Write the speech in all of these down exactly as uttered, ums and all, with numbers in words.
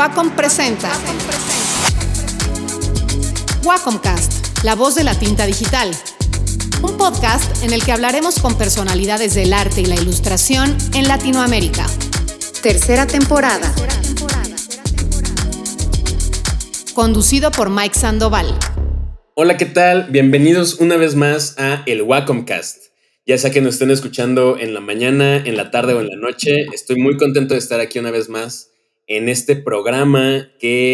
Wacom presenta Wacomcast, la voz de la tinta digital. Un podcast en el que hablaremos con personalidades del arte y la ilustración en Latinoamérica. Tercera temporada. Conducido por Mike Sandoval. Hola, ¿qué tal? Bienvenidos una vez más a el Wacomcast. Ya sea que nos estén escuchando en la mañana, en la tarde o en la noche, estoy muy contento de estar aquí una vez más en este programa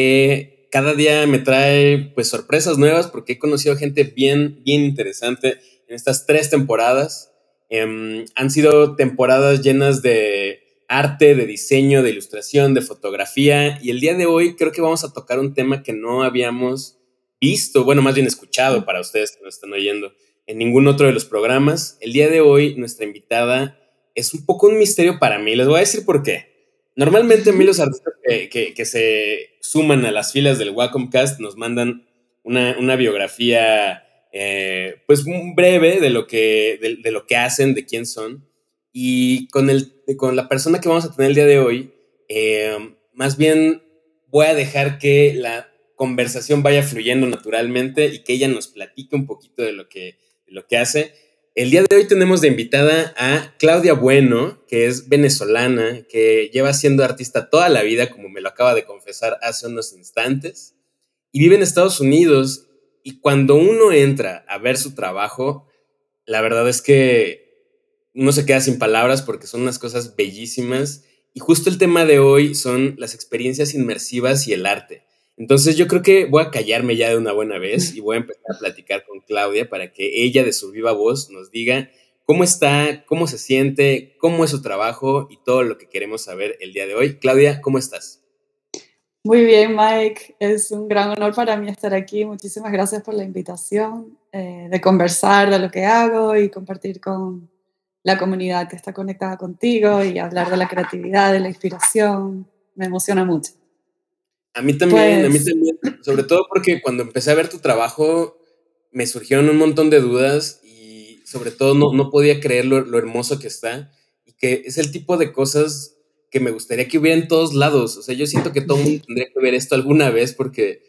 que cada día me trae pues sorpresas nuevas porque he conocido gente bien, bien interesante en estas tres temporadas. Eh, han sido temporadas llenas de arte, de diseño, de ilustración, de fotografía, y el día de hoy creo que vamos a tocar un tema que no habíamos visto, bueno, más bien escuchado para ustedes que nos están oyendo en ningún otro de los programas. El día de hoy nuestra invitada es un poco un misterio para mí. Les voy a decir por qué. Normalmente a mí los artistas que, que, que se suman a las filas del Wacomcast nos mandan una, una biografía eh, pues breve de lo, que, de, de lo que hacen, de quién son. Y con, el, con la persona que vamos a tener el día de hoy, eh, más bien voy a dejar que la conversación vaya fluyendo naturalmente y que ella nos platique un poquito de lo que, de lo que hace. El día de hoy tenemos de invitada a Claudia Bueno, que es venezolana, que lleva siendo artista toda la vida, como me lo acaba de confesar hace unos instantes, y vive en Estados Unidos. Y cuando uno entra a ver su trabajo, la verdad es que uno se queda sin palabras porque son unas cosas bellísimas. Y justo el tema de hoy son las experiencias inmersivas y el arte. Entonces yo creo que voy a callarme ya de una buena vez y voy a empezar a platicar con Claudia para que ella de su viva voz nos diga cómo está, cómo se siente, cómo es su trabajo y todo lo que queremos saber el día de hoy. Claudia, ¿cómo estás? Muy bien, Mike. Es un gran honor para mí estar aquí. Muchísimas gracias por la invitación, eh, de conversar de lo que hago y compartir con la comunidad que está conectada contigo y hablar de la creatividad, de la inspiración. Me emociona mucho. A mí también, Pues, a mí también, sobre todo porque cuando empecé a ver tu trabajo me surgieron un montón de dudas y sobre todo no, no podía creer lo, lo hermoso que está y que es el tipo de cosas que me gustaría que hubiera en todos lados. O sea, yo siento que todo el mundo tendría que ver esto alguna vez porque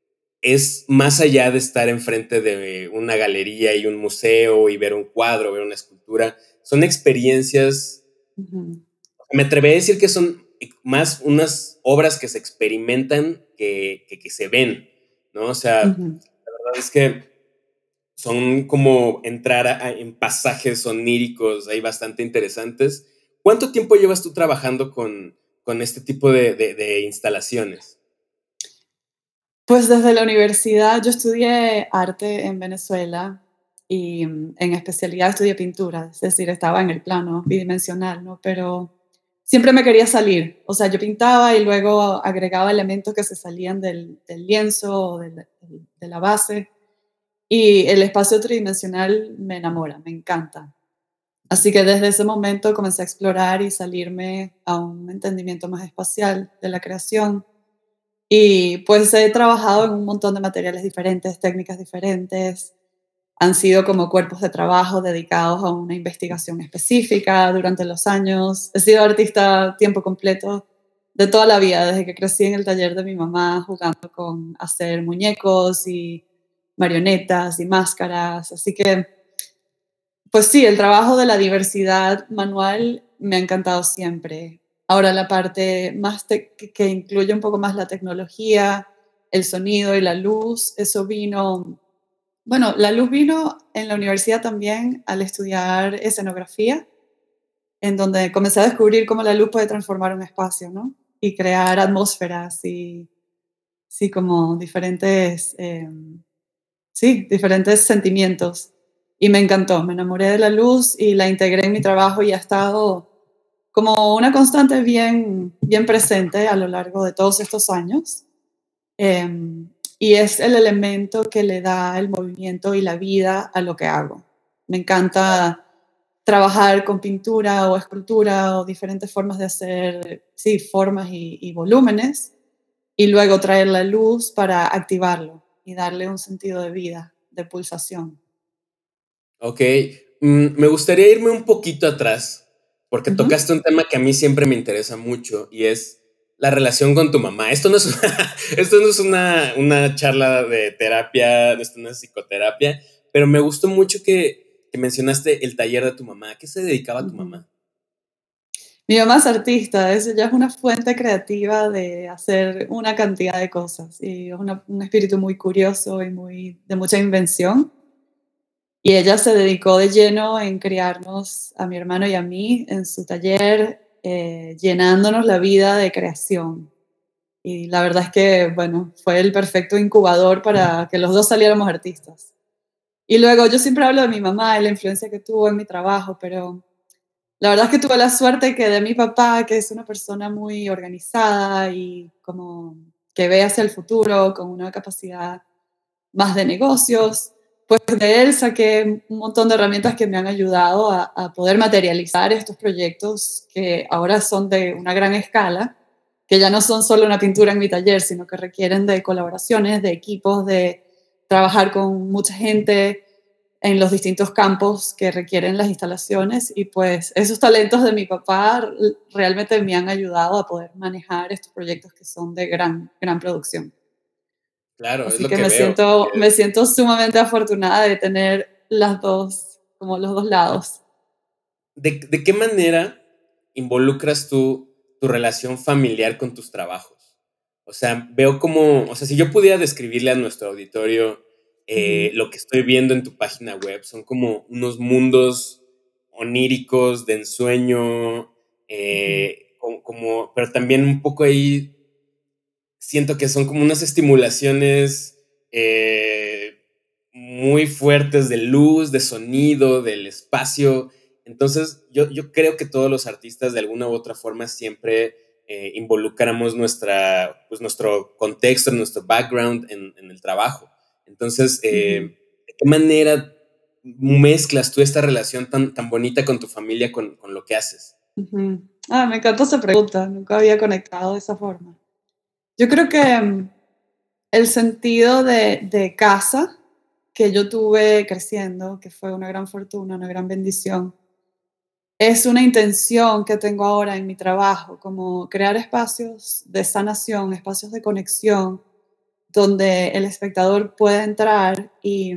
es más allá de estar enfrente de una galería y un museo y ver un cuadro, ver una escultura. Son experiencias. uh-huh. Me atrevería a decir que son más unas obras que se experimentan que, que, que se ven, ¿no? O sea, Uh-huh. la verdad es que son como entrar a, a, en pasajes oníricos ahí bastante interesantes. ¿Cuánto tiempo llevas tú trabajando con, con este tipo de, de, de instalaciones? Pues desde la universidad yo estudié arte en Venezuela y mm, en especialidad estudié pintura, es decir, estaba en el plano bidimensional, ¿no? Pero siempre me quería salir, o sea, yo pintaba y luego agregaba elementos que se salían del, del lienzo o del- del- de la base, y el espacio tridimensional me enamora, me encanta. Así que desde ese momento comencé a explorar y salirme a un entendimiento más espacial de la creación. Y pues he trabajado en un montón de materiales diferentes, técnicas diferentes. Han sido como cuerpos de trabajo dedicados a una investigación específica durante los años. He sido artista a tiempo completo de toda la vida, desde que crecí en el taller de mi mamá jugando con hacer muñecos y marionetas y máscaras. Así que, pues sí, el trabajo de la diversidad manual me ha encantado siempre. Ahora la parte más te- que que incluye un poco más la tecnología, el sonido y la luz, eso vino, bueno, la luz vino en la universidad también al estudiar escenografía, en donde comencé a descubrir cómo la luz puede transformar un espacio, ¿no? Y crear atmósferas y, sí, como diferentes, eh, sí, diferentes sentimientos. Y me encantó, me enamoré de la luz y la integré en mi trabajo y ha estado como una constante bien, bien presente a lo largo de todos estos años. Em, y es el elemento que le da el movimiento y la vida a lo que hago. Me encanta trabajar con pintura o escultura o diferentes formas de hacer, sí, formas y, y volúmenes, y luego traer la luz para activarlo y darle un sentido de vida, de pulsación. Ok, mm, me gustaría irme un poquito atrás porque Ujú, tocaste un tema que a mí siempre me interesa mucho y es la relación con tu mamá. Esto no es, esto no es una, una charla de terapia, esto no es psicoterapia, pero me gustó mucho que, que mencionaste el taller de tu mamá. ¿A qué se dedicaba tu Ujú. mamá? Mi mamá es artista, eso ya es una fuente creativa de hacer una cantidad de cosas y es una- un espíritu muy curioso y muy de mucha invención. Y ella se dedicó de lleno en criarnos a mi hermano y a mí en su taller, eh, llenándonos la vida de creación. Y la verdad es que, bueno, fue el perfecto incubador para que los dos saliéramos artistas. Y luego yo siempre hablo de mi mamá y la influencia que tuvo en mi trabajo, pero la verdad es que tuve la suerte que de mi papá, que es una persona muy organizada y como que ve hacia el futuro con una capacidad más de negocios, pues de él saqué un montón de herramientas que me han ayudado a, a poder materializar estos proyectos que ahora son de una gran escala, que ya no son solo una pintura en mi taller, sino que requieren de colaboraciones, de equipos, de trabajar con mucha gente en los distintos campos que requieren las instalaciones y pues esos talentos de mi papá realmente me han ayudado a poder manejar estos proyectos que son de gran, gran producción. Claro, es Así lo que que me veo. siento, me siento sumamente afortunada de tener las dos, como los dos lados. ¿De, de qué manera involucras tú tu relación familiar con tus trabajos? O sea, veo como, o sea, si yo pudiera describirle a nuestro auditorio eh, Ujú, lo que estoy viendo en tu página web, son como unos mundos oníricos, de ensueño, ujú, eh, como, como- pero también un poco ahí siento que son como unas estimulaciones eh, muy fuertes de luz, de sonido, del espacio. Entonces, yo, yo creo que todos los artistas de alguna u otra forma siempre eh, involucramos nuestra, pues nuestro contexto, nuestro background en, en el trabajo. Entonces, ujú, eh, ¿de qué manera mezclas tú esta relación tan, tan bonita con tu familia, con, con lo que haces? ujú. Ah, me encanta esa pregunta, nunca había conectado de esa forma. Yo creo que mm, el sentido de, de casa que yo tuve creciendo, que fue una gran fortuna, una gran bendición, es una intención que tengo ahora en mi trabajo, como crear espacios de sanación, espacios de conexión, donde el espectador pueda entrar y,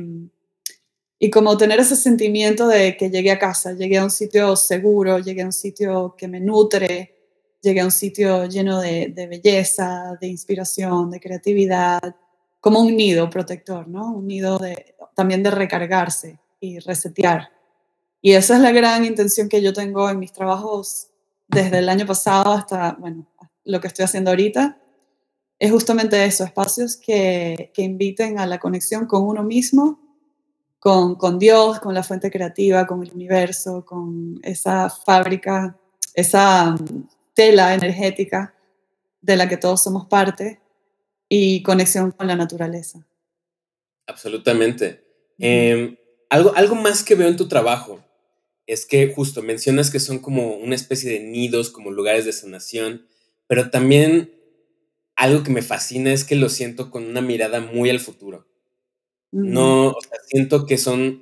y como tener ese sentimiento de que llegué a casa, llegué a un sitio seguro, llegué a un sitio que me nutre, llegué a un sitio lleno de, de belleza, de inspiración, de creatividad, como un nido protector, ¿no? Un nido de, también de recargarse y resetear. Y esa es la gran intención que yo tengo en mis trabajos desde el año pasado hasta, bueno, lo que estoy haciendo ahorita. Es justamente eso, espacios que, que inviten a la conexión con uno mismo, con, con Dios, con la fuente creativa, con el universo, con esa fábrica, esa mm, tela energética de la que todos somos parte y conexión con la naturaleza. Absolutamente. Ujú, Em, algo, algo más que veo en tu trabajo es que justo mencionas que son como una especie de nidos, como lugares de sanación, pero también algo que me fascina es que lo siento con una mirada muy al futuro. ujú, No, o sea, siento que son,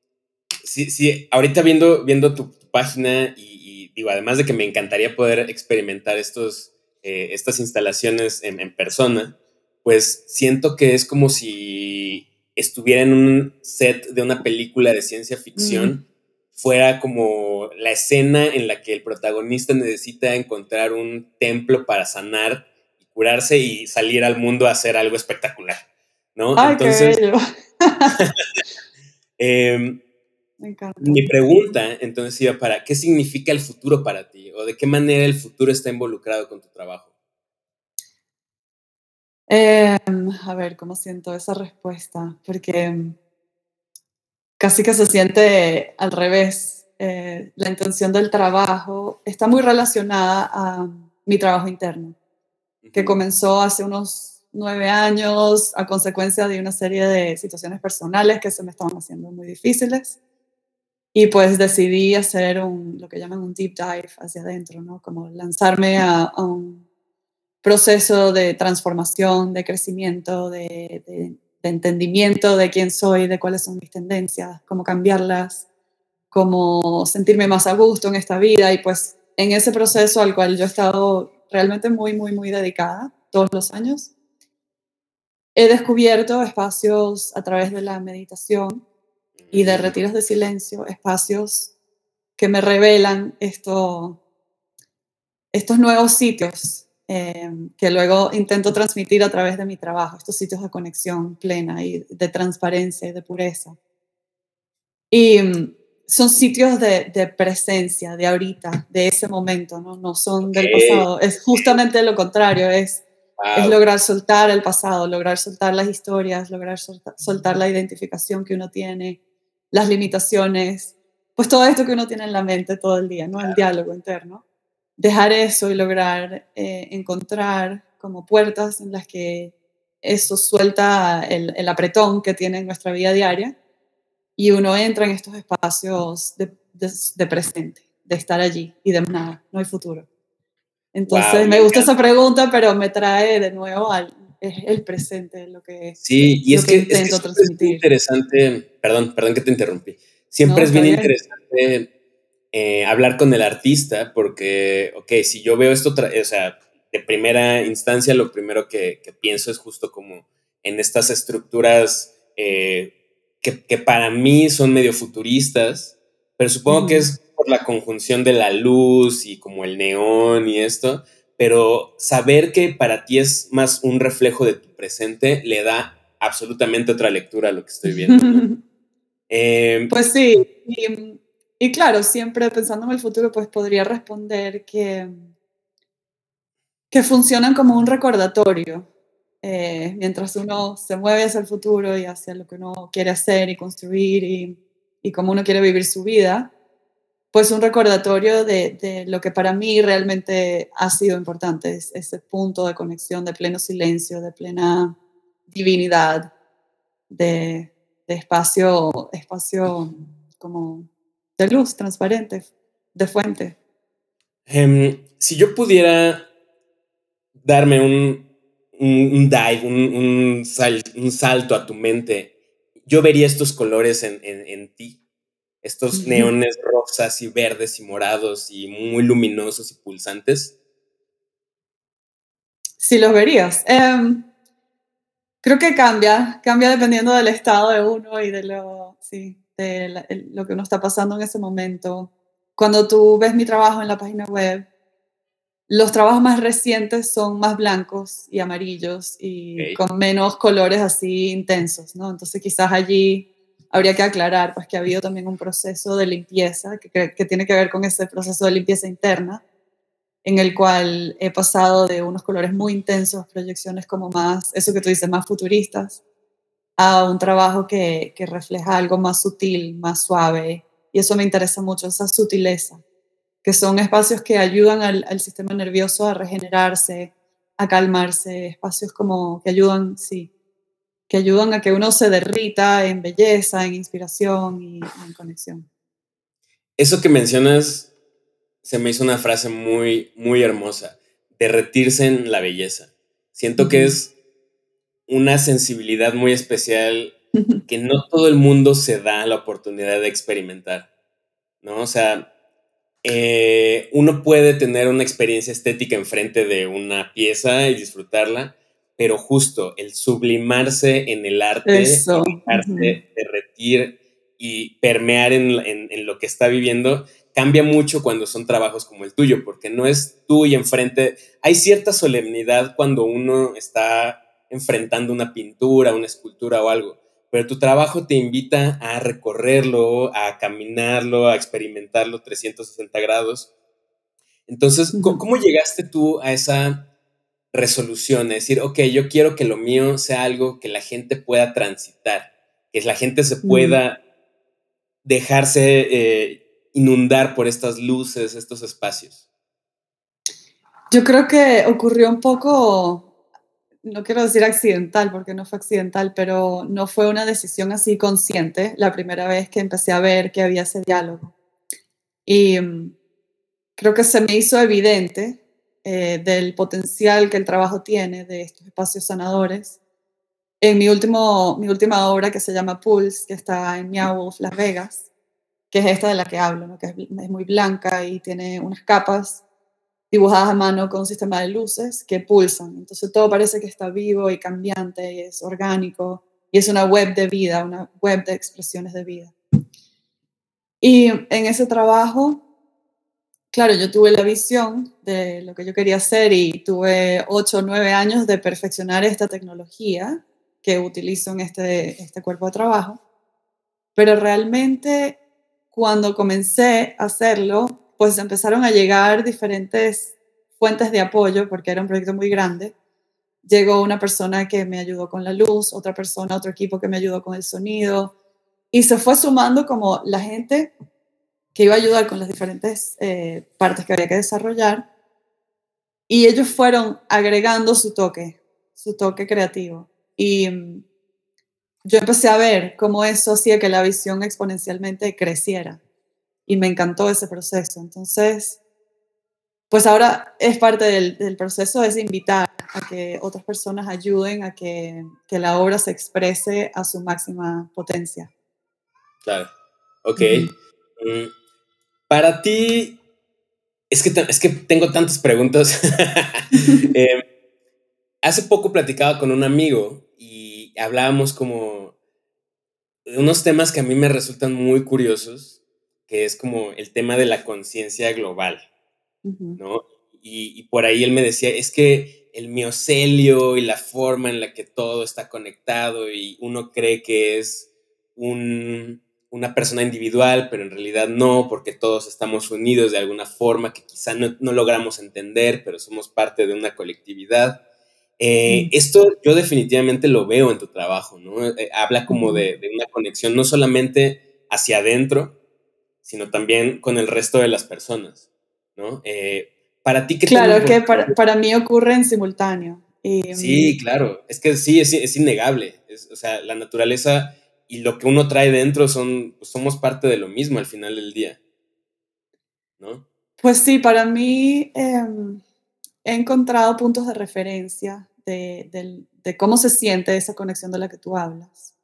sí, sí, ahorita viendo, viendo tu, tu página y, y digo, además de que me encantaría poder experimentar estos, eh, estas instalaciones en, en persona, pues siento que es como si estuviera en un set de una película de ciencia mm. ficción, fuera como la escena en la que el protagonista necesita encontrar un templo para sanar y curarse y salir al mundo a hacer algo espectacular, ¿no? Ay, qué Entonces, bello. eh, Me encanta. mi pregunta entonces iba para, ¿qué significa el futuro para ti? ¿O de qué manera el futuro está involucrado con tu trabajo? Em, a ver, ¿cómo siento esa respuesta? Porque mm, casi que se siente al revés. Eh, la intención del trabajo está muy relacionada a mi trabajo interno, que Ujú. comenzó hace unos nueve años a consecuencia de una serie de situaciones personales que se me estaban haciendo muy difíciles. Y pues decidí hacer un, lo que llaman un deep dive hacia adentro, ¿no? Como lanzarme a, a un proceso de transformación, de crecimiento, de, de, de entendimiento de quién soy, de cuáles son mis tendencias, cómo cambiarlas, cómo sentirme más a gusto en esta vida. Y pues en ese proceso al cual yo he estado realmente muy, muy, muy dedicada todos los años. He descubierto espacios a través de la meditación y de Mm, retiros de silencio, espacios que me revelan esto, estos nuevos sitios eh, que luego intento transmitir a través de mi trabajo, estos sitios de conexión plena y de transparencia y de pureza. Y mm, son sitios de, de presencia, de ahorita, de ese momento, ¿no? No son ok, del pasado. Es justamente lo contrario, es, es wow. lograr soltar el pasado, lograr soltar las historias, lograr solta- soltar la identificación que uno tiene, las limitaciones, pues todo esto que uno tiene en la mente todo el día, ¿no? El diálogo interno. Dejar eso y lograr eh, encontrar como puertas en las que eso suelta el, el apretón que tiene en nuestra vida diaria y uno entra en estos espacios de, de, de presente, de estar allí y de nada, no hay futuro. Wow, Entonces me me gusta encanta. esa pregunta, pero me trae de nuevo al es el presente, lo que, Sí, y lo es que que, es que intento siempre es bien transmitir. interesante, perdón, perdón que te interrumpí, siempre No, es está bien bien. interesante eh, hablar con el artista porque, ok, si yo veo esto, tra- o sea, de primera instancia, lo primero que, que pienso es justo como en estas estructuras eh, que, que para mí son medio futuristas, pero supongo que Ujú. es por la conjunción de la luz y como el neón y esto, pero saber que para ti es más un reflejo de tu presente le da absolutamente otra lectura a lo que estoy viendo, ¿no? Eh, Pues sí, y, y claro, siempre pensando en el futuro, pues podría responder que, que funcionan como un recordatorio. Eh, mientras uno se mueve hacia el futuro y hacia lo que uno quiere hacer y construir y, y cómo uno quiere vivir su vida, pues un recordatorio de, de lo que para mí realmente ha sido importante, es ese punto de conexión, de pleno silencio, de plena divinidad, de, de espacio, espacio como de luz transparente, de fuente. em, si yo pudiera darme un, un, un dive, un, un, sal- un salto a tu mente, yo vería estos colores en, en, en ti, estos neones rosas y verdes y morados y muy luminosos y pulsantes. Si los verías. Em, creo que cambia, cambia dependiendo del estado de uno y de lo, sí, de la- el- lo que uno está pasando en ese momento. Cuando tú ves mi trabajo en la página web, los trabajos más recientes son más blancos y amarillos y Ok. con menos colores así intensos, ¿no? Entonces quizás allí habría que aclarar pues, que ha habido también un proceso de limpieza que, que, que tiene que ver con ese proceso de limpieza interna en el cual he pasado de unos colores muy intensos, proyecciones como más, eso que tú dices, más futuristas, a un trabajo que, que refleja algo más sutil, más suave. Y eso me interesa mucho, esa sutileza, que son espacios que ayudan al, al sistema nervioso a regenerarse, a calmarse, espacios como que ayudan, sí, que ayudan a que uno se derrita en belleza, en inspiración y, y en conexión. Eso que mencionas se me hizo una frase muy, muy hermosa, derretirse en la belleza. Siento que Ujú. es una sensibilidad muy especial que no todo el mundo se da la oportunidad de experimentar, ¿no? O sea, eh, uno puede tener una experiencia estética enfrente de una pieza y disfrutarla, pero justo el sublimarse en el arte y Eso. Ujú. dejarse derretir y permear en, en, en lo que está viviendo cambia mucho cuando son trabajos como el tuyo, porque no es tú y enfrente. Hay cierta solemnidad cuando uno está enfrentando una pintura, una escultura o algo, pero tu trabajo te invita a recorrerlo, a caminarlo, a experimentarlo trescientos sesenta grados. Entonces, Ujú. ¿cómo llegaste tú a esa resolución? Es decir, ok, yo quiero que lo mío sea algo que la gente pueda transitar, que la gente se Mm. pueda dejarse eh, inundar por estas luces, estos espacios. Yo creo que ocurrió un poco, no quiero decir accidental porque no fue accidental, pero no fue una decisión así consciente la primera vez que empecé a ver que había ese diálogo. Y mm, creo que se me hizo evidente eh, del potencial que el trabajo tiene de estos espacios sanadores. En mi, último, mi última obra que se llama Pulse, que está en Meow Wolf, Las Vegas, que es esta de la que hablo, ¿no? Que es, es muy blanca y tiene unas capas dibujadas a mano con un sistema de luces que pulsan. Entonces todo parece que está vivo y cambiante y es orgánico y es una web de vida, una web de expresiones de vida. Y en ese trabajo, claro, yo tuve la visión de lo que yo quería hacer y tuve ocho o nueve años de perfeccionar esta tecnología que utilizo en este, este cuerpo de trabajo. Pero realmente cuando comencé a hacerlo, pues empezaron a llegar diferentes fuentes de apoyo porque era un proyecto muy grande. Llegó una persona que me ayudó con la luz, otra persona, otro equipo que me ayudó con el sonido y se fue sumando como la gente que iba a ayudar con las diferentes eh, partes que había que desarrollar y ellos fueron agregando su toque, su toque creativo. Y mm, yo empecé a ver cómo eso hacía que la visión exponencialmente creciera y me encantó ese proceso. Entonces, pues ahora es parte del, del proceso, es invitar a que otras personas ayuden a que, que la obra se exprese a su máxima potencia. Claro, ok. Uh-huh. Mm, para ti, es que, te- es que tengo tantas preguntas. Eh, hace poco platicaba con un amigo y hablábamos como de unos temas que a mí me resultan muy curiosos, que es como el tema de la conciencia global, Uh-huh. ¿no? Y, y por ahí él me decía, es que el miocelio y la forma en la que todo está conectado y uno cree que es un, una persona individual, pero en realidad no, porque todos estamos unidos de alguna forma que quizá no, no logramos entender, pero somos parte de una colectividad. Eh, Uh-huh. esto yo definitivamente lo veo en tu trabajo, ¿no? Eh, habla como Uh-huh. de, de una conexión no solamente hacia adentro, sino también con el resto de las personas, ¿no? Eh, para ti, ¿qué tan Claro, es que importante? para, para mí ocurre en simultáneo. Y, Sí, um, claro, es que sí, es, es innegable. Es, o sea, la naturaleza y lo que uno trae dentro son, pues somos parte de lo mismo al final del día, ¿no? pues sí, para mí eh, he encontrado puntos de referencia de, del- de cómo se siente esa conexión de la que tú hablas.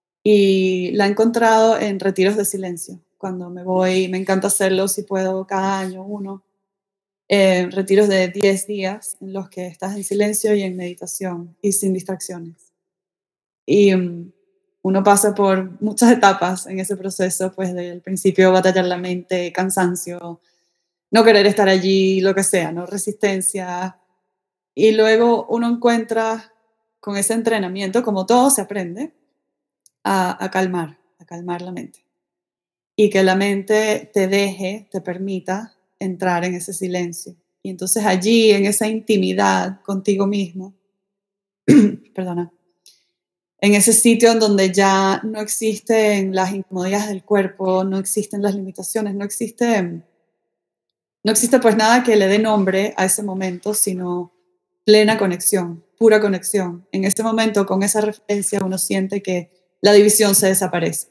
Y la he encontrado en retiros de silencio. Cuando me voy, me encanta hacerlo si puedo cada año uno. Eh, retiros de diez días en los que estás en silencio y en meditación y sin distracciones. Y um, uno pasa por muchas etapas en ese proceso, pues del principio batallar la mente, cansancio, no querer estar allí, lo que sea, ¿no? Resistencia. Y luego uno encuentra con ese entrenamiento, como todo se aprende, a, a calmar, a calmar la mente. Y que la mente te deje, te permita entrar en ese silencio. Y entonces allí, en esa intimidad contigo mismo, perdona, en ese sitio en donde ya no existen las incomodidades del cuerpo, no existen las limitaciones, no existe, no existe pues nada que le dé nombre a ese momento, sino plena conexión, pura conexión. En ese momento, con esa referencia, uno siente que la división se desaparece.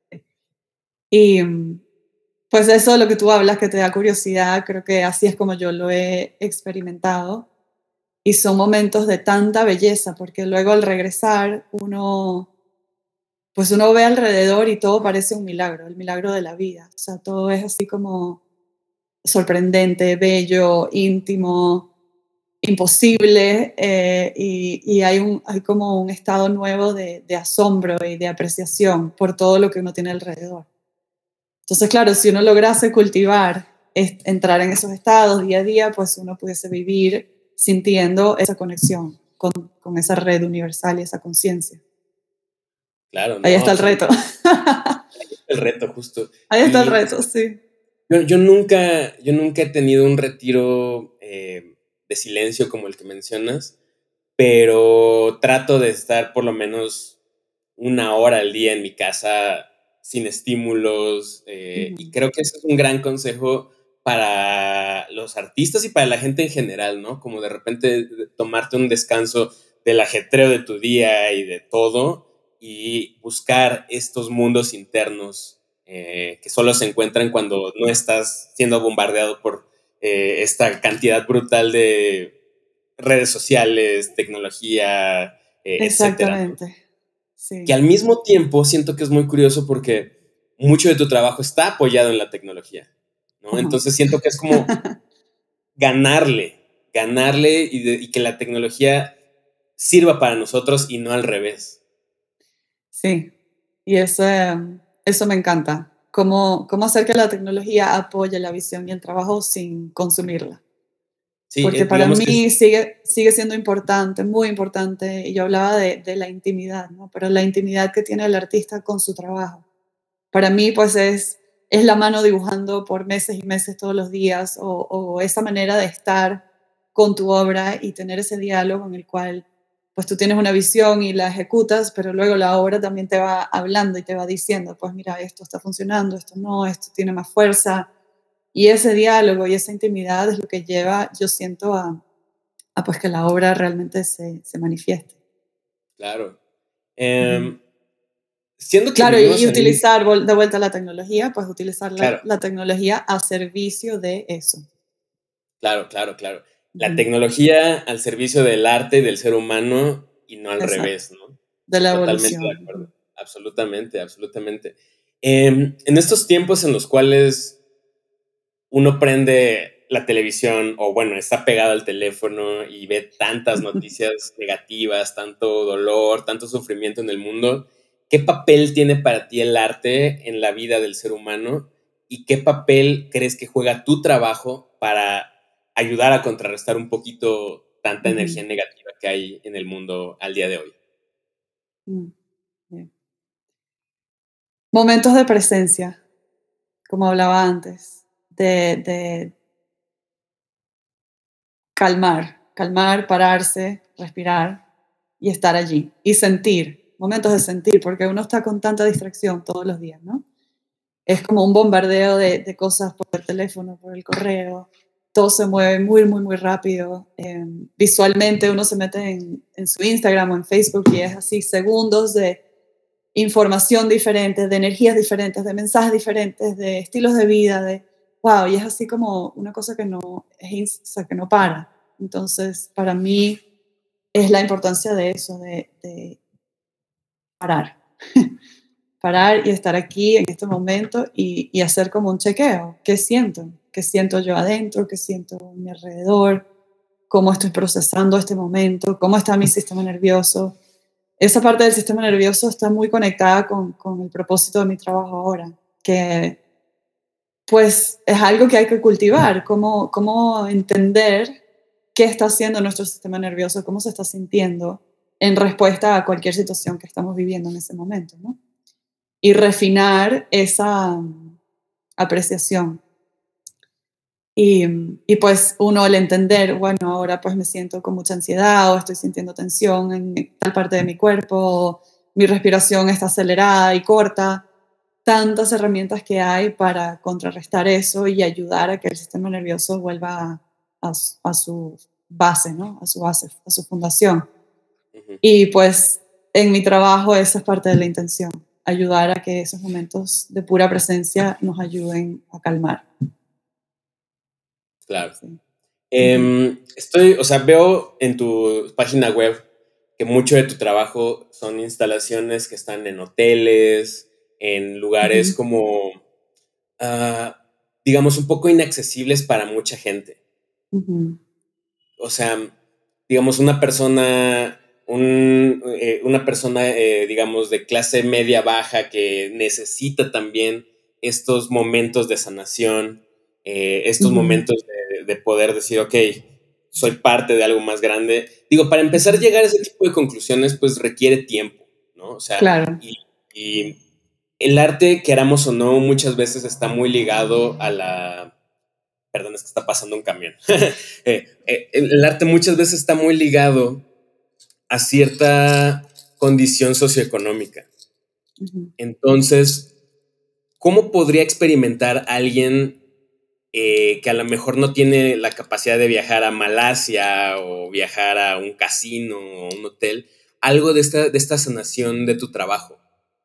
Y pues eso de lo que tú hablas, que te da curiosidad, creo que así es como yo lo he experimentado. Y son momentos de tanta belleza, porque luego al regresar uno, pues uno ve alrededor y todo parece un milagro, el milagro de la vida. O sea, todo es así como sorprendente, bello, íntimo, imposible, eh, y, y hay, un, hay como un estado nuevo de, de asombro y de apreciación por todo lo que uno tiene alrededor. Entonces, claro, si uno lograse cultivar, es, entrar en esos estados día a día, pues uno pudiese vivir sintiendo esa conexión con, con esa red universal y esa conciencia. Claro, Ahí no, está el reto. absolutamente. El reto, justo. Ahí está el Y reto, sí. yo, yo nunca, yo nunca he tenido un retiro eh, de silencio como el que mencionas, pero trato de estar por lo menos una hora al día en mi casa sin estímulos, eh, y Uh-huh. creo que ese es un gran consejo para los artistas y para la gente en general, ¿no? Como de repente tomarte un descanso del ajetreo de tu día y de todo y buscar estos mundos internos eh, que solo se encuentran cuando no estás siendo bombardeado por eh, esta cantidad brutal de redes sociales, tecnología, eh, etcétera, ¿no? Exactamente, Que sí. al mismo tiempo siento que es muy curioso porque mucho de tu trabajo está apoyado en la tecnología, ¿no? Uh-huh. Entonces siento que es como ganarle, ganarle y, de, y que la tecnología sirva para nosotros y no al revés. Sí, y eso, eso me encanta. Cómo, cómo hacer que la tecnología apoye la visión y el trabajo sin consumirla. Sí, Porque eh, para digamos que mí sigue, sigue siendo importante, muy importante, y yo hablaba de, de la intimidad, ¿no? Pero la intimidad que tiene el artista con su trabajo. Para mí, pues es, es la mano dibujando por meses y meses todos los días, o, o esa manera de estar con tu obra y tener ese diálogo en el cual pues tú tienes una visión y la ejecutas, pero luego la obra también te va hablando y te va diciendo, pues mira, esto está funcionando, esto no, esto tiene más fuerza. Y ese diálogo y esa intimidad es lo que lleva, yo siento, a, a pues que la obra realmente se, se manifieste. claro. Ujú. Eh, siendo que Claro, y, y vivimos en un... utilizar vol- de vuelta la tecnología, pues utilizar la, Claro, la tecnología a servicio de eso. claro, claro, claro. La Ujú. tecnología al servicio del arte y del ser humano y no al Exacto, revés, ¿no? de la Totalmente de evolución. acuerdo. Ujú. Absolutamente, absolutamente. Em, en estos tiempos en los cuales uno prende la televisión o bueno, está pegado al teléfono y ve tantas noticias negativas, tanto dolor, tanto sufrimiento en el mundo, ¿qué papel tiene para ti el arte en la vida del ser humano? ¿Y qué papel crees que juega tu trabajo para ayudar a contrarrestar un poquito tanta energía Ujú. negativa que hay en el mundo al día de hoy? Mm, bien. Momentos de presencia, como hablaba antes, de, de calmar, calmar, pararse, respirar y estar allí. Y sentir, momentos de sentir, porque uno está con tanta distracción todos los días, ¿no? Es como un bombardeo de, de cosas por el teléfono, por el correo. Todo se mueve muy, muy, muy rápido. Eh, visualmente uno se mete en, en su Instagram o en Facebook y es así segundos de información diferente, de energías diferentes, de mensajes diferentes, de estilos de vida, de wow, y es así como una cosa que no, es, o sea, que no para. Entonces, para mí es la importancia de eso, de, de parar. Parar y estar aquí en este momento y, y hacer como un chequeo. ¿Qué siento? ¿Qué siento yo adentro? ¿Qué siento a mi alrededor? ¿Cómo estoy procesando este momento? ¿Cómo está mi sistema nervioso? Esa parte del sistema nervioso está muy conectada con, con el propósito de mi trabajo ahora, que pues es algo que hay que cultivar, cómo, cómo entender qué está haciendo nuestro sistema nervioso, cómo se está sintiendo en respuesta a cualquier situación que estamos viviendo en ese momento, ¿no? Y refinar esa mm, apreciación. Y, y pues uno al entender, bueno, ahora pues me siento con mucha ansiedad o estoy sintiendo tensión en tal parte de mi cuerpo, o mi respiración está acelerada y corta, tantas herramientas que hay para contrarrestar eso y ayudar a que el sistema nervioso vuelva a, a su a su base, ¿no? A su base, a su fundación. Ujú. Y pues en mi trabajo esa es parte de la intención, ayudar a que esos momentos de pura presencia nos ayuden a calmar. Claro. Sí. Ujú. Em, estoy, o sea, veo en tu página web que mucho de tu trabajo son instalaciones que están en hoteles, en lugares Ujú. como, ah, digamos, un poco inaccesibles para mucha gente. Ujú. O sea, digamos, una persona, un, eh, una persona, eh, digamos, de clase media baja que necesita también estos momentos de sanación, eh, estos Ujú. momentos de, de poder decir, ok, soy parte de algo más grande. Digo, para empezar a Ujú. llegar a ese tipo de conclusiones, pues requiere tiempo, ¿no? O sea, Claro. y, y el arte, queramos o no, muchas veces está muy ligado a la... Perdón, es que está pasando un camión. eh, eh, el arte muchas veces está muy ligado a cierta condición socioeconómica. Ujú. Entonces, ¿cómo podría experimentar alguien eh, que a lo mejor no tiene la capacidad de viajar a Malasia o viajar a un casino o un hotel, algo de esta, de esta sanación de tu trabajo?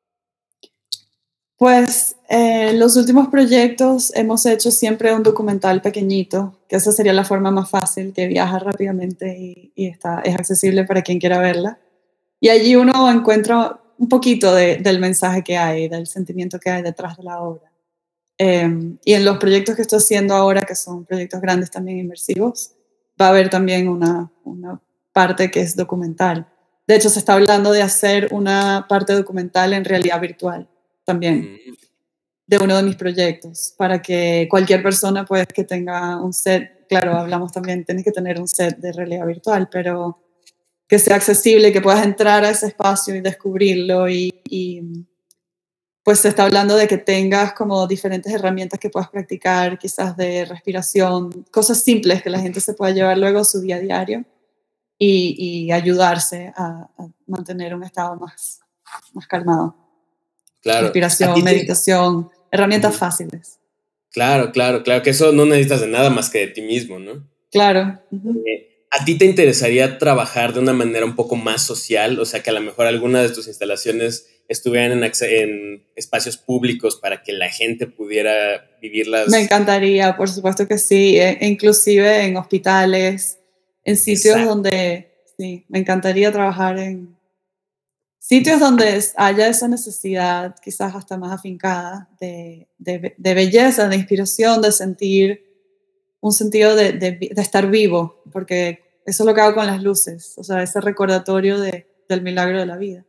Pues eh, los últimos proyectos hemos hecho siempre un documental pequeñito, que esa sería la forma más fácil, que viaja rápidamente y, y está, es accesible para quien quiera verla. Y allí uno encuentra un poquito de- del mensaje que hay, del sentimiento que hay detrás de la obra. Eh, y en los proyectos que estoy haciendo ahora, que son proyectos grandes también inmersivos, va a haber también una, una parte que es documental. De hecho, se está hablando de hacer una parte documental en realidad virtual también, Mm. de uno de mis proyectos, para que cualquier persona pues que tenga un set, claro, hablamos también, tienes que tener un set de realidad virtual, pero que sea accesible, que puedas entrar a ese espacio y descubrirlo y, y pues se está hablando de que tengas como diferentes herramientas que puedas practicar, quizás de respiración, cosas simples que la gente se pueda llevar luego a su día a diario y, y ayudarse a, a mantener un estado más, más calmado. Claro. A Respiración, ti te... meditación, herramientas Ujú. fáciles. Claro, claro, claro, que eso no necesitas de nada más que de ti mismo, ¿no? Claro. Uh-huh. Eh, ¿A ti te interesaría trabajar de una manera un poco más social? O sea, que a lo mejor algunas de tus instalaciones estuvieran en, en espacios públicos para que la gente pudiera Me vivirlas. encantaría, por supuesto que sí, e, inclusive en hospitales, en sitios Exacto. donde, sí, me encantaría trabajar en sitios donde haya esa necesidad, quizás hasta más afincada, de, de, de belleza, de inspiración, de sentir un sentido de, de, de estar vivo, porque eso es lo que hago con las luces, o sea, ese recordatorio de, del milagro de la vida.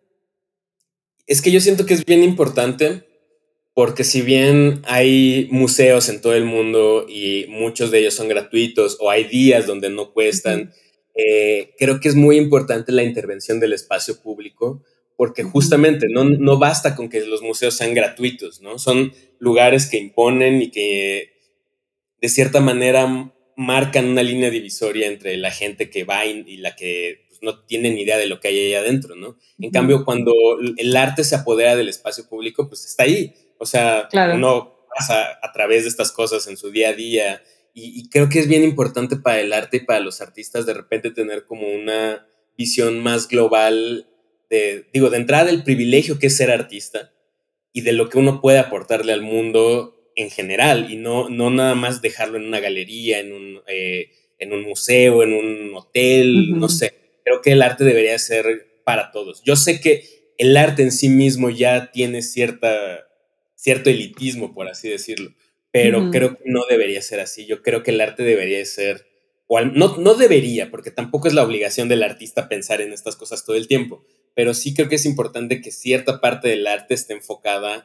Es que yo siento que es bien importante porque si bien hay museos en todo el mundo y muchos de ellos son gratuitos o hay días donde no Uh-huh. cuestan, eh, creo que es muy importante la intervención del espacio público porque Uh-huh. justamente no, no basta con que los museos sean gratuitos, ¿no? Son lugares que imponen y que de cierta manera marcan una línea divisoria entre la gente que va y, y la que pues, no tiene ni idea de lo que hay ahí adentro, ¿no? En Uh-huh. cambio, cuando el arte se apodera del espacio público, pues está ahí. O sea, Claro. uno pasa a través de estas cosas en su día a día y, y creo que es bien importante para el arte y para los artistas de repente tener como una visión más global de, digo, de entrada del privilegio que es ser artista y de lo que uno puede aportarle al mundo en general y no, no nada más dejarlo en una galería, en un, eh, en un museo, en un hotel, no Uh-huh. sé. Creo que el arte debería ser para todos. Yo sé que el arte en sí mismo ya tiene cierta, cierto elitismo, por así decirlo, pero Uh-huh. creo que no debería ser así. Yo creo que el arte debería ser, o al, no, no debería, porque tampoco es la obligación del artista pensar en estas cosas todo el tiempo, pero sí creo que es importante que cierta parte del arte esté enfocada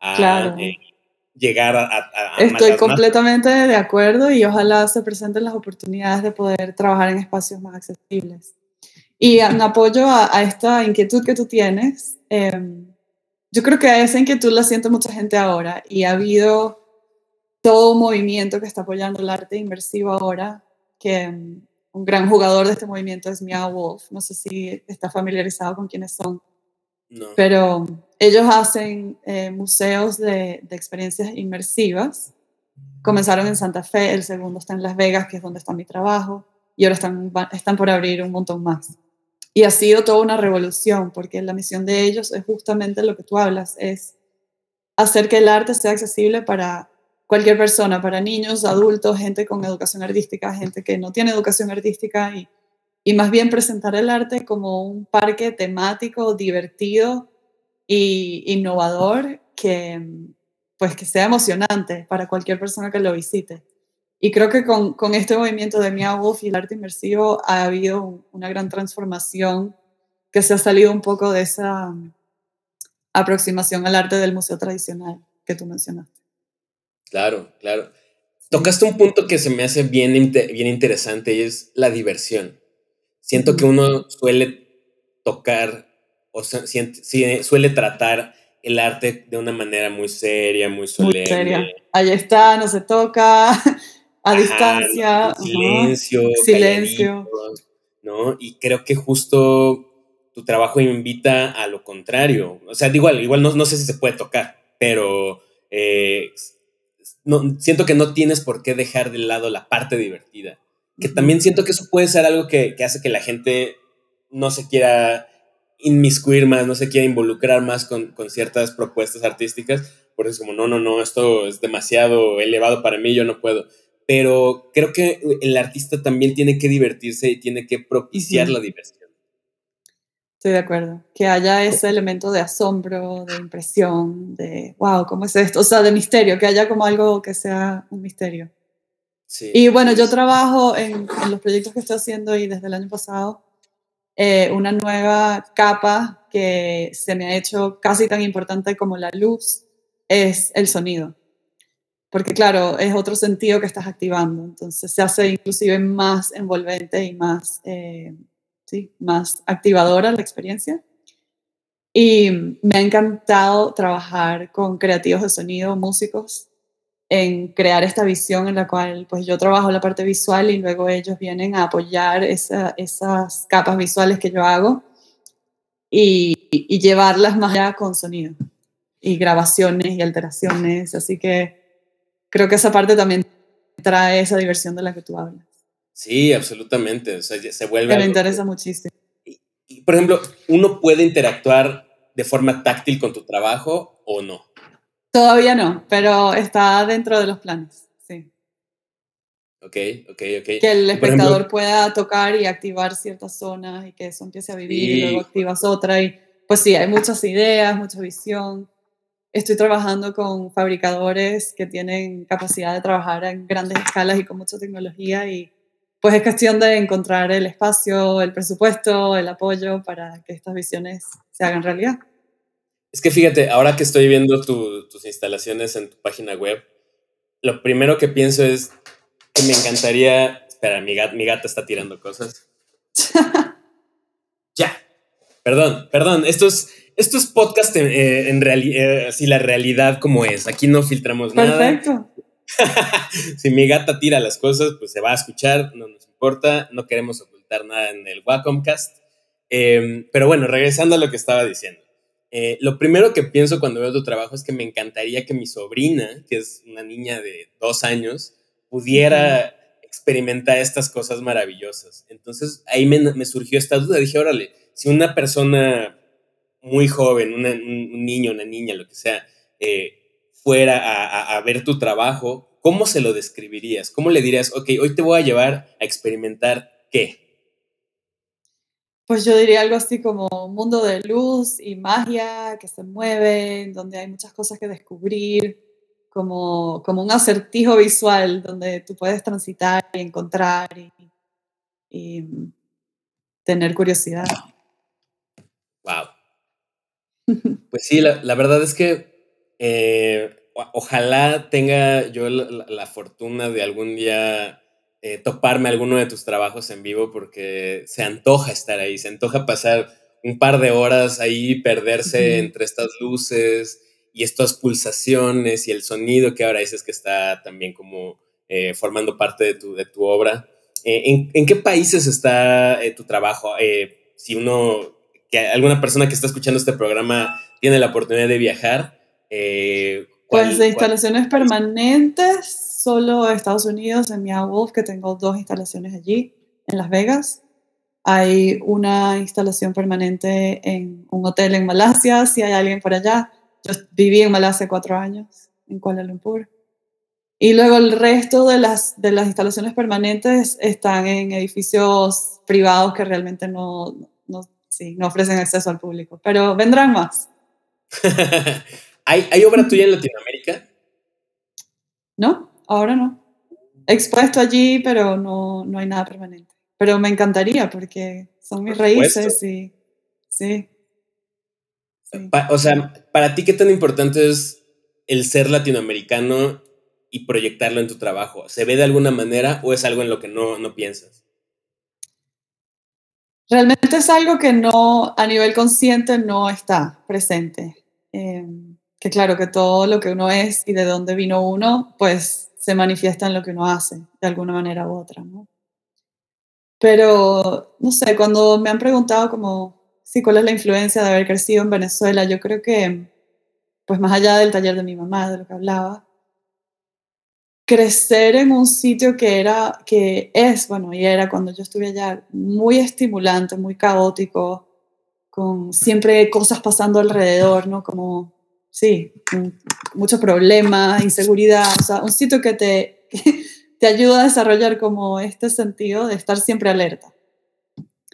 a eh, Claro. llegar a, a, a Estoy las más. completamente de acuerdo y ojalá se presenten las oportunidades de poder trabajar en espacios más accesibles. Y en apoyo a, a esta inquietud que tú tienes, eh, yo creo que esa inquietud la siente mucha gente ahora y ha habido todo un movimiento que está apoyando el arte inmersivo ahora, que um, un gran jugador de este movimiento es Meow Wolf. No sé si está familiarizado con quiénes son, No. pero ellos hacen eh, museos de, de experiencias inmersivas. Comenzaron en Santa Fe, el segundo está en Las Vegas, que es donde está mi trabajo, y ahora están, están por abrir un montón más. Y ha sido toda una revolución, porque la misión de ellos es justamente lo que tú hablas, es hacer que el arte sea accesible para cualquier persona, para niños, adultos, gente con educación artística, gente que no tiene educación artística, y, y más bien presentar el arte como un parque temático, divertido e innovador que, pues, que sea emocionante para cualquier persona que lo visite. Y creo que con, con este movimiento de Meow Wolf y el arte inmersivo ha habido un, una gran transformación que se ha salido un poco de esa um, aproximación al arte del museo tradicional que tú mencionaste. Claro, claro. Sí. Tocaste un punto que se me hace bien, bien interesante y es la diversión. Siento que Uh-huh. uno suele tocar o sea, suele tratar el arte de una manera muy seria, muy Muy solemne. seria. Ahí está, no se toca, a Ajá, distancia, en uh-huh. silencio, calladito, Silencio. ¿no? Y creo que justo tu trabajo invita a lo contrario. O sea, igual, igual no, no sé si se puede tocar, pero eh, no, siento que no tienes por qué dejar de lado la parte divertida. Que Uh-huh. también siento que eso puede ser algo que, que hace que la gente no se quiera inmiscuir más, no se quiera involucrar más con, con ciertas propuestas artísticas, porque es como, no, no, no, esto es demasiado elevado para mí, yo no puedo. Pero creo que el artista también tiene que divertirse y tiene que propiciar Uh-huh. la diversión. Estoy de acuerdo. Que haya ese elemento de asombro, de impresión, de wow, ¿cómo es esto? O sea, de misterio, que haya como algo que sea un misterio. Sí, y bueno, sí, yo sí. trabajo en, en los proyectos que estoy haciendo y desde el año pasado, eh, una nueva capa que se me ha hecho casi tan importante como la luz es el sonido. Porque claro, es otro sentido que estás activando. Entonces se hace inclusive más envolvente y más, eh, sí, más activadora la experiencia. Y me ha encantado trabajar con creativos de sonido, músicos, en crear esta visión en la cual pues yo trabajo la parte visual y luego ellos vienen a apoyar esa, esas capas visuales que yo hago y, y llevarlas más allá con sonido y grabaciones y alteraciones. Así que creo que esa parte también trae esa diversión de la que tú hablas. Sí, absolutamente. O sea, ya se vuelve Que me algo que... interesa muchísimo. Y, y, por ejemplo, ¿uno puede interactuar de forma táctil con tu trabajo o no? Todavía no, pero está dentro de los planes, sí. Ok, ok, ok. Que el Y por ejemplo, espectador pueda tocar y activar ciertas zonas y que eso empiece a vivir y luego sí, activas otra. Y pues sí, hay muchas ideas, mucha visión. Estoy trabajando con fabricadores que tienen capacidad de trabajar en grandes escalas y con mucha tecnología y pues es cuestión de encontrar el espacio, el presupuesto, el apoyo para que estas visiones se hagan realidad. es que fíjate, ahora que estoy viendo tu, tus instalaciones en tu página web, lo primero que pienso es que me encantaría... Espera, mi, gat, mi gata está tirando cosas. Ya, perdón, perdón. Esto es, esto es podcast en, eh, en realidad, eh, así la realidad como es. Aquí no filtramos nada. Perfecto. Si mi gata tira las cosas, pues se va a escuchar, no nos importa, no queremos ocultar nada en el Wacomcast. Eh, pero bueno, regresando a lo que estaba diciendo. Eh, lo primero que pienso cuando veo tu trabajo es que me encantaría que mi sobrina, que es una niña de dos años, pudiera Uh-huh. experimentar estas cosas maravillosas. Entonces ahí me, me surgió esta duda. Dije, órale, si una persona muy joven, una, un niño, una niña, lo que sea, eh, fuera a, a, a ver tu trabajo, ¿cómo se lo describirías? ¿Cómo le dirías, ok, hoy te voy a llevar a experimentar qué? Pues yo diría algo así como un mundo de luz y magia que se mueve, donde hay muchas cosas que descubrir, como, como un acertijo visual donde tú puedes transitar y encontrar y, y tener curiosidad. Wow. Pues sí, la, la verdad es que eh, o- ojalá tenga yo la, la- la fortuna de algún día eh, toparme alguno de tus trabajos en vivo porque se antoja estar ahí, se antoja pasar un par de horas ahí, perderse Ujú. entre estas luces y estas pulsaciones y el sonido que ahora dices que está también como eh, formando parte de tu, de tu obra. Eh, ¿en, en qué países está eh, tu trabajo? Eh, si uno, que alguna persona que está escuchando este programa tiene la oportunidad de viajar, eh, Pues de ¿cuál, cuál instalaciones país? permanentes, solo Estados Unidos, en Meow Wolf, que tengo dos instalaciones allí, en Las Vegas. Hay una instalación permanente en un hotel en Malasia, si hay alguien por allá. Yo viví en Malasia cuatro años, en Kuala Lumpur. Y luego el resto de las, de las instalaciones permanentes están en edificios privados que realmente no, no, sí, no ofrecen acceso al público, pero vendrán más. ¿Hay, ¿Hay obra tuya en Latinoamérica? ¿No? Ahora no. He expuesto allí, pero no, no hay nada permanente. Pero me encantaría porque son mis Por supuesto. raíces y sí, sí. Pa- o sea, para ti, ¿qué tan importante es el ser latinoamericano y proyectarlo en tu trabajo? ¿Se ve de alguna manera o es algo en lo que no, no piensas? Realmente es algo que no, a nivel consciente, no está presente. Eh, que claro, que todo lo que uno es y de dónde vino uno, pues se manifiesta en lo que uno hace, de alguna manera u otra, ¿no? Pero, no sé, cuando me han preguntado como, sí, cuál es la influencia de haber crecido en Venezuela, yo creo que, pues más allá del taller de mi mamá, de lo que hablaba, crecer en un sitio que era, que es, bueno, y era cuando yo estuve allá, muy estimulante, muy caótico, con siempre cosas pasando alrededor, ¿no? Como, sí, muchos problemas, inseguridad, o sea, un sitio que te, que te ayuda a desarrollar como este sentido de estar siempre alerta.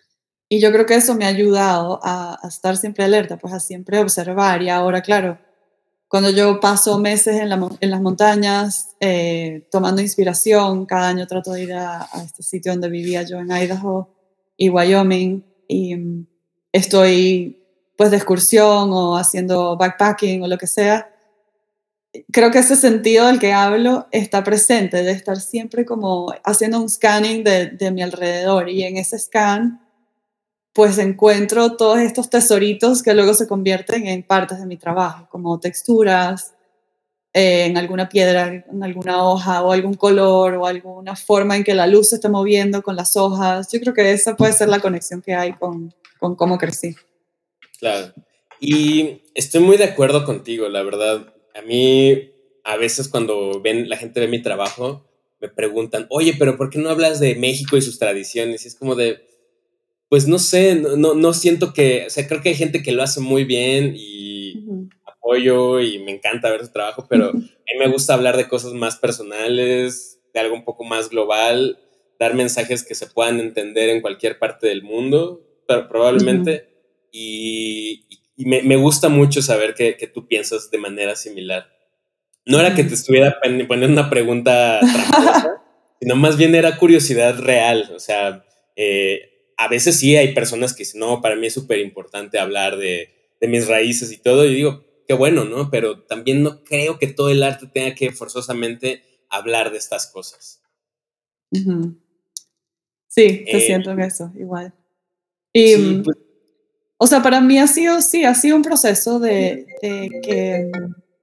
Y yo creo que eso me ha ayudado a, a estar siempre alerta, pues a siempre observar. Y ahora, claro, cuando yo paso meses en, la, en las montañas eh, tomando inspiración, cada año trato de ir a, a este sitio donde vivía yo en Idaho y Wyoming, y um, estoy pues de excursión o haciendo backpacking o lo que sea. Creo que ese sentido del que hablo está presente, de estar siempre como haciendo un scanning de, de mi alrededor, y en ese scan pues encuentro todos estos tesoritos que luego se convierten en partes de mi trabajo, como texturas, eh, en alguna piedra, en alguna hoja, o algún color, o alguna forma en que la luz se está moviendo con las hojas. Yo creo que esa puede ser la conexión que hay con, con cómo crecí. Claro. Y estoy muy de acuerdo contigo, la verdad. A mí, a veces cuando ven, la gente ve mi trabajo, me preguntan, oye, pero ¿por qué no hablas de México y sus tradiciones? Y es como de, pues no sé, no, no, no siento que, o sea, creo que hay gente que lo hace muy bien y Uh-huh. apoyo y me encanta ver su trabajo, pero a mí me gusta hablar de cosas más personales, de algo un poco más global, dar mensajes que se puedan entender en cualquier parte del mundo, pero Uh-huh. probablemente, y, y me, me gusta mucho saber que, que tú piensas de manera similar. No era que te Uh-huh. estuviera poniendo una pregunta tramposa, sino más bien era curiosidad real. O sea, eh, a veces sí hay personas que dicen, no, para mí es súper importante hablar de, de mis raíces y todo. Y digo, qué bueno, ¿no? Pero también no creo que todo el arte tenga que forzosamente hablar de estas cosas. Uh-huh. Sí, te Eh, siento en eso, igual. Y, sí, pues, o sea, para mí ha sido, sí, ha sido un proceso de, de que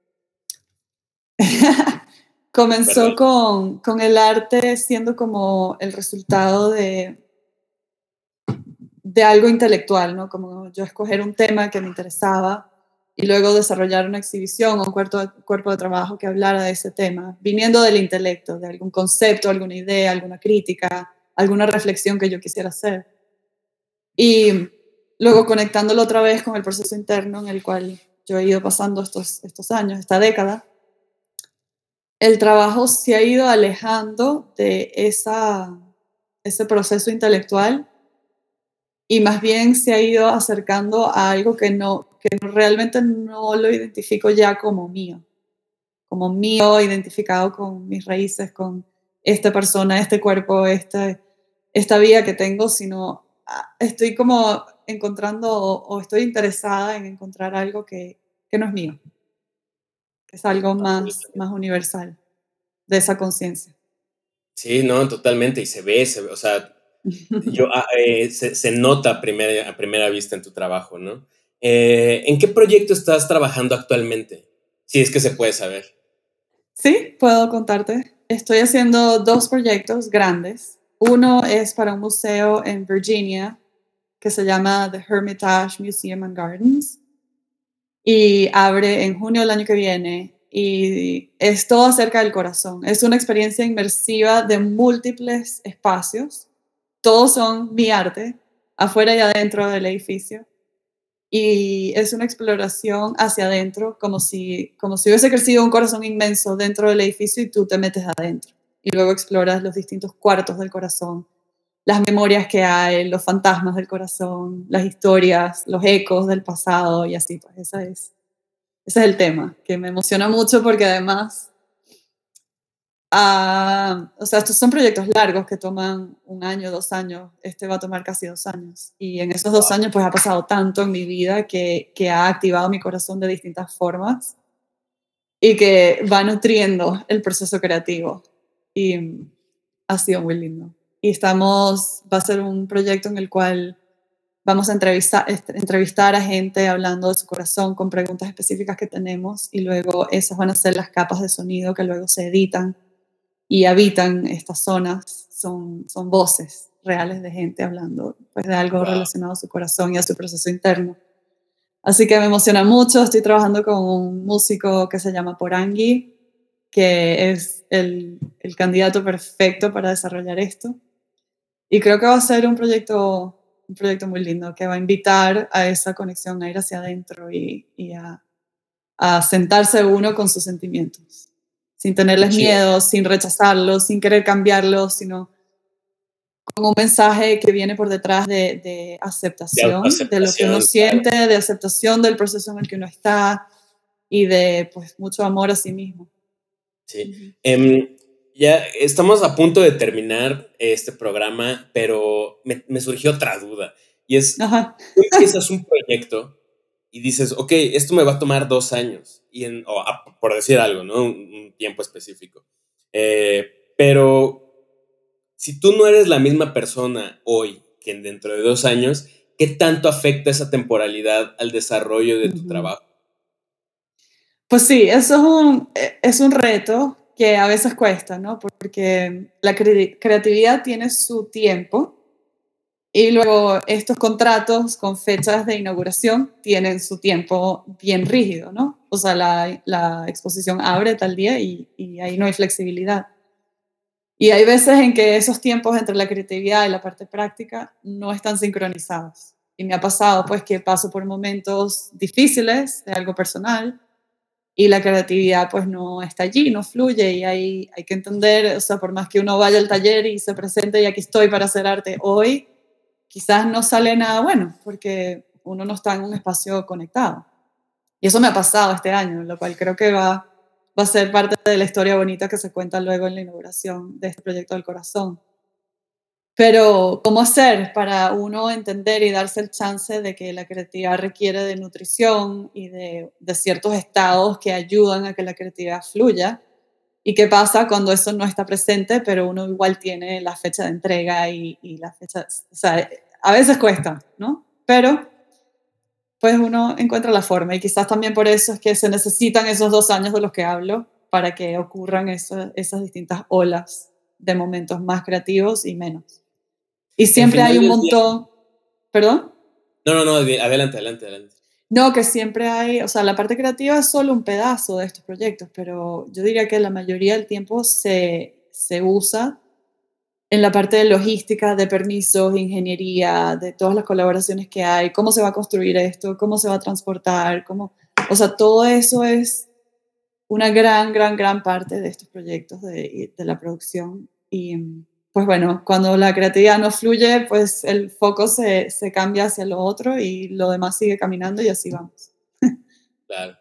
comenzó perdón. con, con el arte siendo como el resultado de, de algo intelectual, ¿no? Como yo escoger un tema que me interesaba y luego desarrollar una exhibición o un cuerpo de, cuerpo de trabajo que hablara de ese tema, viniendo del intelecto, de algún concepto, alguna idea, alguna crítica, alguna reflexión que yo quisiera hacer. Y luego conectándolo otra vez con el proceso interno en el cual yo he ido pasando estos, estos años, esta década, el trabajo se ha ido alejando de esa, ese proceso intelectual y más bien se ha ido acercando a algo que, no, que realmente no lo identifico ya como mío, como mío identificado con mis raíces, con esta persona, este cuerpo, este, esta vida que tengo, sino ah, estoy como encontrando o, o estoy interesada en encontrar algo que, que no es mío, que es algo más, más universal de esa conciencia. Sí, no, totalmente. Y se ve, se ve, o sea, yo, ah, eh, se, se nota a primera, a primera vista en tu trabajo, ¿no? Eh, ¿en qué proyecto estás trabajando actualmente? Si es que se puede saber. Sí, puedo contarte. Estoy haciendo dos proyectos grandes. Uno es para un museo en Virginia que se llama The Hermitage Museum and Gardens y abre en junio del año que viene y es todo acerca del corazón. Es una experiencia inmersiva de múltiples espacios. Todos son mi arte, afuera y adentro del edificio. Y es una exploración hacia adentro, como si, como si hubiese crecido un corazón inmenso dentro del edificio y tú te metes adentro. Y luego exploras los distintos cuartos del corazón, las memorias que hay, los fantasmas del corazón, las historias, los ecos del pasado y así. Pues esa es, ese es el tema, que me emociona mucho porque además, ah, o sea, estos son proyectos largos que toman un año, dos años. Este va a tomar casi dos años. Y en esos dos años pues ha pasado tanto en mi vida que, que ha activado mi corazón de distintas formas y que va nutriendo el proceso creativo. Y mm, ha sido muy lindo. Y estamos, va a ser un proyecto en el cual vamos a entrevistar, entrevistar a gente hablando de su corazón con preguntas específicas que tenemos y luego esas van a ser las capas de sonido que luego se editan y habitan estas zonas, son, son voces reales de gente hablando pues, de algo Wow. relacionado a su corazón y a su proceso interno. Así que me emociona mucho, estoy trabajando con un músico que se llama Porangui, que es el, el candidato perfecto para desarrollar esto. Y creo que va a ser un proyecto, un proyecto muy lindo, que va a invitar a esa conexión, a ir hacia adentro y, y a, a sentarse uno con sus sentimientos, sin Qué tenerles chido. miedo, sin rechazarlos, sin querer cambiarlos, sino con un mensaje que viene por detrás de, de aceptación, de, de lo que uno siente, claro. De aceptación del proceso en el que uno está y de pues mucho amor a sí mismo. Sí. Uh-huh. Um, ya estamos a punto de terminar este programa, pero me, me surgió otra duda. Y es, Ajá. Tú empiezas un proyecto y dices, ok, esto me va a tomar dos años, y en, o, a, por decir algo, ¿no? Un, un tiempo específico. Eh, pero si tú no eres la misma persona hoy que dentro de dos años, ¿qué tanto afecta esa temporalidad al desarrollo de tu uh-huh. trabajo? Pues sí, eso es un, es un reto que a veces cuesta, ¿no? Porque la cre- creatividad tiene su tiempo y luego estos contratos con fechas de inauguración tienen su tiempo bien rígido, ¿no? O sea, la, la exposición abre tal día y, y ahí no hay flexibilidad. Y hay veces en que esos tiempos entre la creatividad y la parte práctica no están sincronizados. Y me ha pasado pues que paso por momentos difíciles de algo personal y la creatividad pues no está allí, no fluye, y hay, hay que entender, o sea, por más que uno vaya al taller y se presente y aquí estoy para hacer arte hoy, quizás no sale nada bueno porque uno no está en un espacio conectado. Y eso me ha pasado este año, lo cual creo que va, va a ser parte de la historia bonita que se cuenta luego en la inauguración de este proyecto del corazón. Pero, ¿cómo hacer para uno entender y darse el chance de que la creatividad requiere de nutrición y de, de ciertos estados que ayudan a que la creatividad fluya? ¿Y qué pasa cuando eso no está presente, pero uno igual tiene la fecha de entrega y, y la fecha... O sea, a veces cuesta, ¿no? Pero, pues uno encuentra la forma, y quizás también por eso es que se necesitan esos dos años de los que hablo para que ocurran eso, esas distintas olas de momentos más creativos y menos. Y siempre hay un montón... Día... ¿Perdón? No, no, no, adelante, adelante, adelante. No, que siempre hay... O sea, la parte creativa es solo un pedazo de estos proyectos, pero yo diría que la mayoría del tiempo se, se usa en la parte de logística, de permisos, ingeniería, de todas las colaboraciones que hay, cómo se va a construir esto, cómo se va a transportar, cómo... O sea, todo eso es una gran, gran, gran parte de estos proyectos de, de la producción. Y... pues bueno, cuando la creatividad no fluye, pues el foco se, se cambia hacia lo otro y lo demás sigue caminando y así vamos. Claro.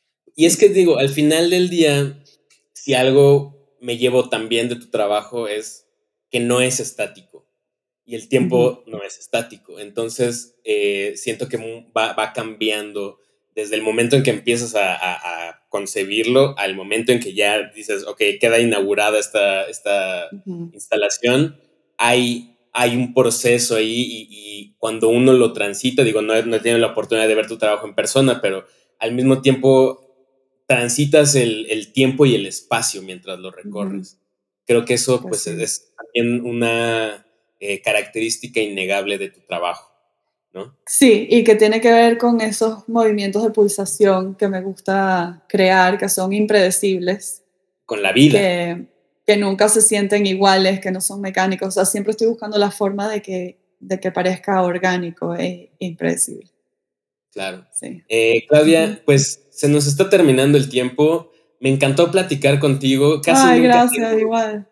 Y es que digo, al final del día, si algo me llevo también de tu trabajo es que no es estático y el tiempo uh-huh. no es estático. Entonces, eh, siento que va, va cambiando desde el momento en que empiezas a, a, a concebirlo al momento en que ya dices, ok, queda inaugurada esta, esta uh-huh. instalación. Hay, hay un proceso ahí y, y cuando uno lo transita, digo, no, no he tenido la oportunidad de ver tu trabajo en persona, pero al mismo tiempo transitas el, el tiempo y el espacio mientras lo recorres. Uh-huh. Creo que eso pues, pues sí. es también una eh, característica innegable de tu trabajo, ¿no? Sí, y que tiene que ver con esos movimientos de pulsación que me gusta crear, que son impredecibles. Con la vida. Que, que nunca se sienten iguales, que no son mecánicos. O sea, siempre estoy buscando la forma de que, de que parezca orgánico e impredecible. Claro. Sí. Eh, Claudia, uh-huh. pues se nos está terminando el tiempo. Me encantó platicar contigo. Casi Ay, nunca gracias, tengo, igual.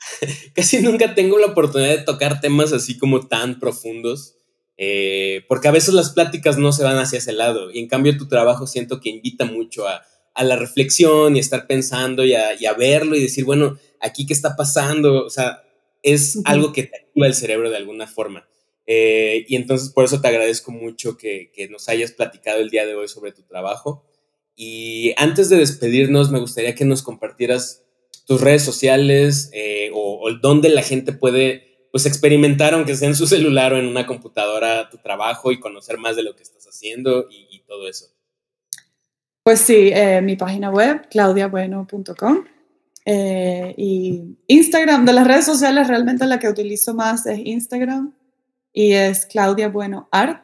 Casi nunca tengo la oportunidad de tocar temas así como tan profundos, eh, porque a veces las pláticas no se van hacia ese lado, y en cambio tu trabajo siento que invita mucho a, a la reflexión y a estar pensando y a, y a verlo y decir, bueno, aquí qué está pasando, o sea, es uh-huh. algo que te activa el cerebro de alguna forma. Eh, y entonces por eso te agradezco mucho que, que nos hayas platicado el día de hoy sobre tu trabajo. Y antes de despedirnos, me gustaría que nos compartieras tus redes sociales eh, o, o dónde la gente puede pues, experimentar, aunque sea en su celular o en una computadora, tu trabajo y conocer más de lo que estás haciendo y, y todo eso. Pues sí, eh, mi página web, claudia bueno punto com. Eh, y Instagram, de las redes sociales realmente la que utilizo más es Instagram y es Claudia Bueno Art,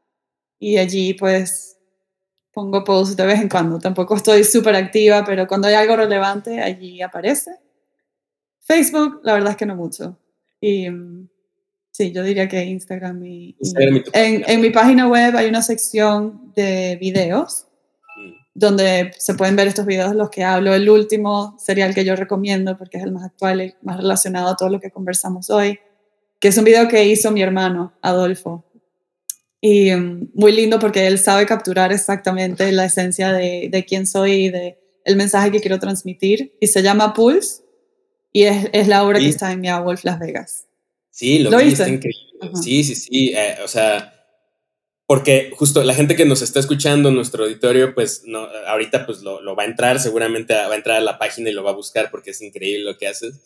y allí pues pongo posts de vez en cuando, tampoco estoy súper activa, pero cuando hay algo relevante allí aparece. Facebook, la verdad es que no mucho, y sí, yo diría que Instagram y, y en, en mi página web hay una sección de videos mm. donde se pueden ver estos videos de los que hablo. El último sería el que yo recomiendo porque es el más actual y más relacionado a todo lo que conversamos hoy, que es un video que hizo mi hermano, Adolfo. Y um, muy lindo porque él sabe capturar exactamente la esencia de, de quién soy y de el mensaje que quiero transmitir. Y se llama Pulse y es, es la obra sí. que está en Mia Wolf Las Vegas. Sí, lo, ¿Lo vi, viste? está increíble. Ajá. Sí, sí, sí. Eh, o sea, porque justo la gente que nos está escuchando en nuestro auditorio, pues no, ahorita pues lo, lo va a entrar, seguramente va a entrar a la página y lo va a buscar porque es increíble lo que haces.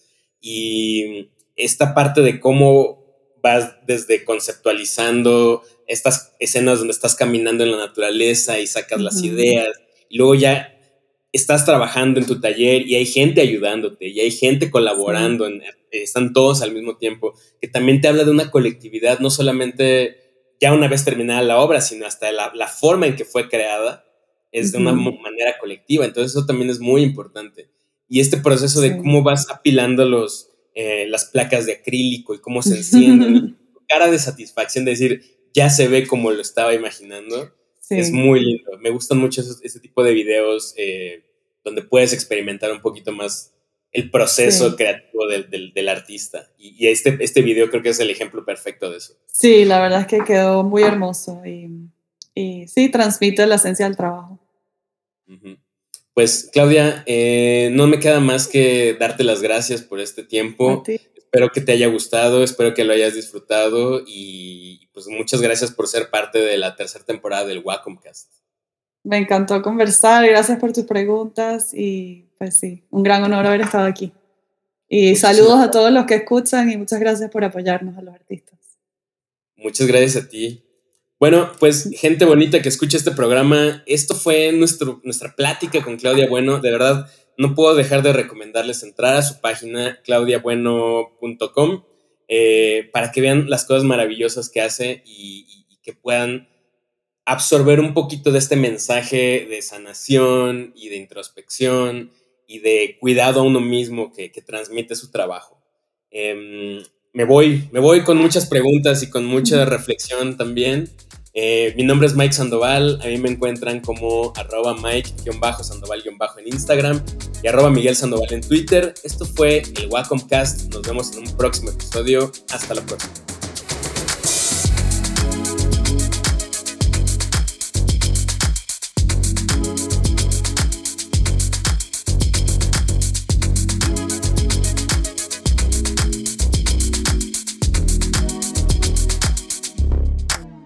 Y esta parte de cómo vas desde conceptualizando estas escenas donde estás caminando en la naturaleza y sacas uh-huh. las ideas, y luego ya estás trabajando en tu taller y hay gente ayudándote y hay gente colaborando, sí. en, están todos al mismo tiempo, que también te habla de una colectividad, no solamente ya una vez terminada la obra, sino hasta la, la forma en que fue creada es uh-huh. de una manera colectiva, entonces eso también es muy importante. Y este proceso sí. de cómo vas apilando los, eh, las placas de acrílico y cómo se encienden, cara de satisfacción de decir, ya se ve como lo estaba imaginando, sí. es muy lindo. Me gustan mucho esos, ese tipo de videos eh, donde puedes experimentar un poquito más el proceso sí. creativo del, del, del artista. Y, y este, este video creo que es el ejemplo perfecto de eso. Sí, la verdad es que quedó muy hermoso y, y sí, transmite la esencia del trabajo. Uh-huh. Pues, Claudia, eh, no me queda más que darte las gracias por este tiempo. Espero que te haya gustado, espero que lo hayas disfrutado y pues muchas gracias por ser parte de la tercera temporada del Wacomcast. Me encantó conversar, gracias por tus preguntas y pues sí, un gran honor haber estado aquí. Y muchas saludos gracias a todos los que escuchan y muchas gracias por apoyarnos a los artistas. Muchas gracias a ti. Bueno, pues gente bonita que escucha este programa, esto fue nuestro, nuestra plática con Claudia Bueno. De verdad, no puedo dejar de recomendarles entrar a su página claudia bueno punto com eh, para que vean las cosas maravillosas que hace y, y, y que puedan absorber un poquito de este mensaje de sanación y de introspección y de cuidado a uno mismo que, que transmite su trabajo. Eh, me voy, me voy con muchas preguntas y con mucha reflexión también. Eh, mi nombre es Mike Sandoval, a mí me encuentran como arroba Mike-Sandoval- en Instagram y arroba Miguel Sandoval en Twitter. Esto fue el Wacomcast, nos vemos en un próximo episodio, hasta la próxima.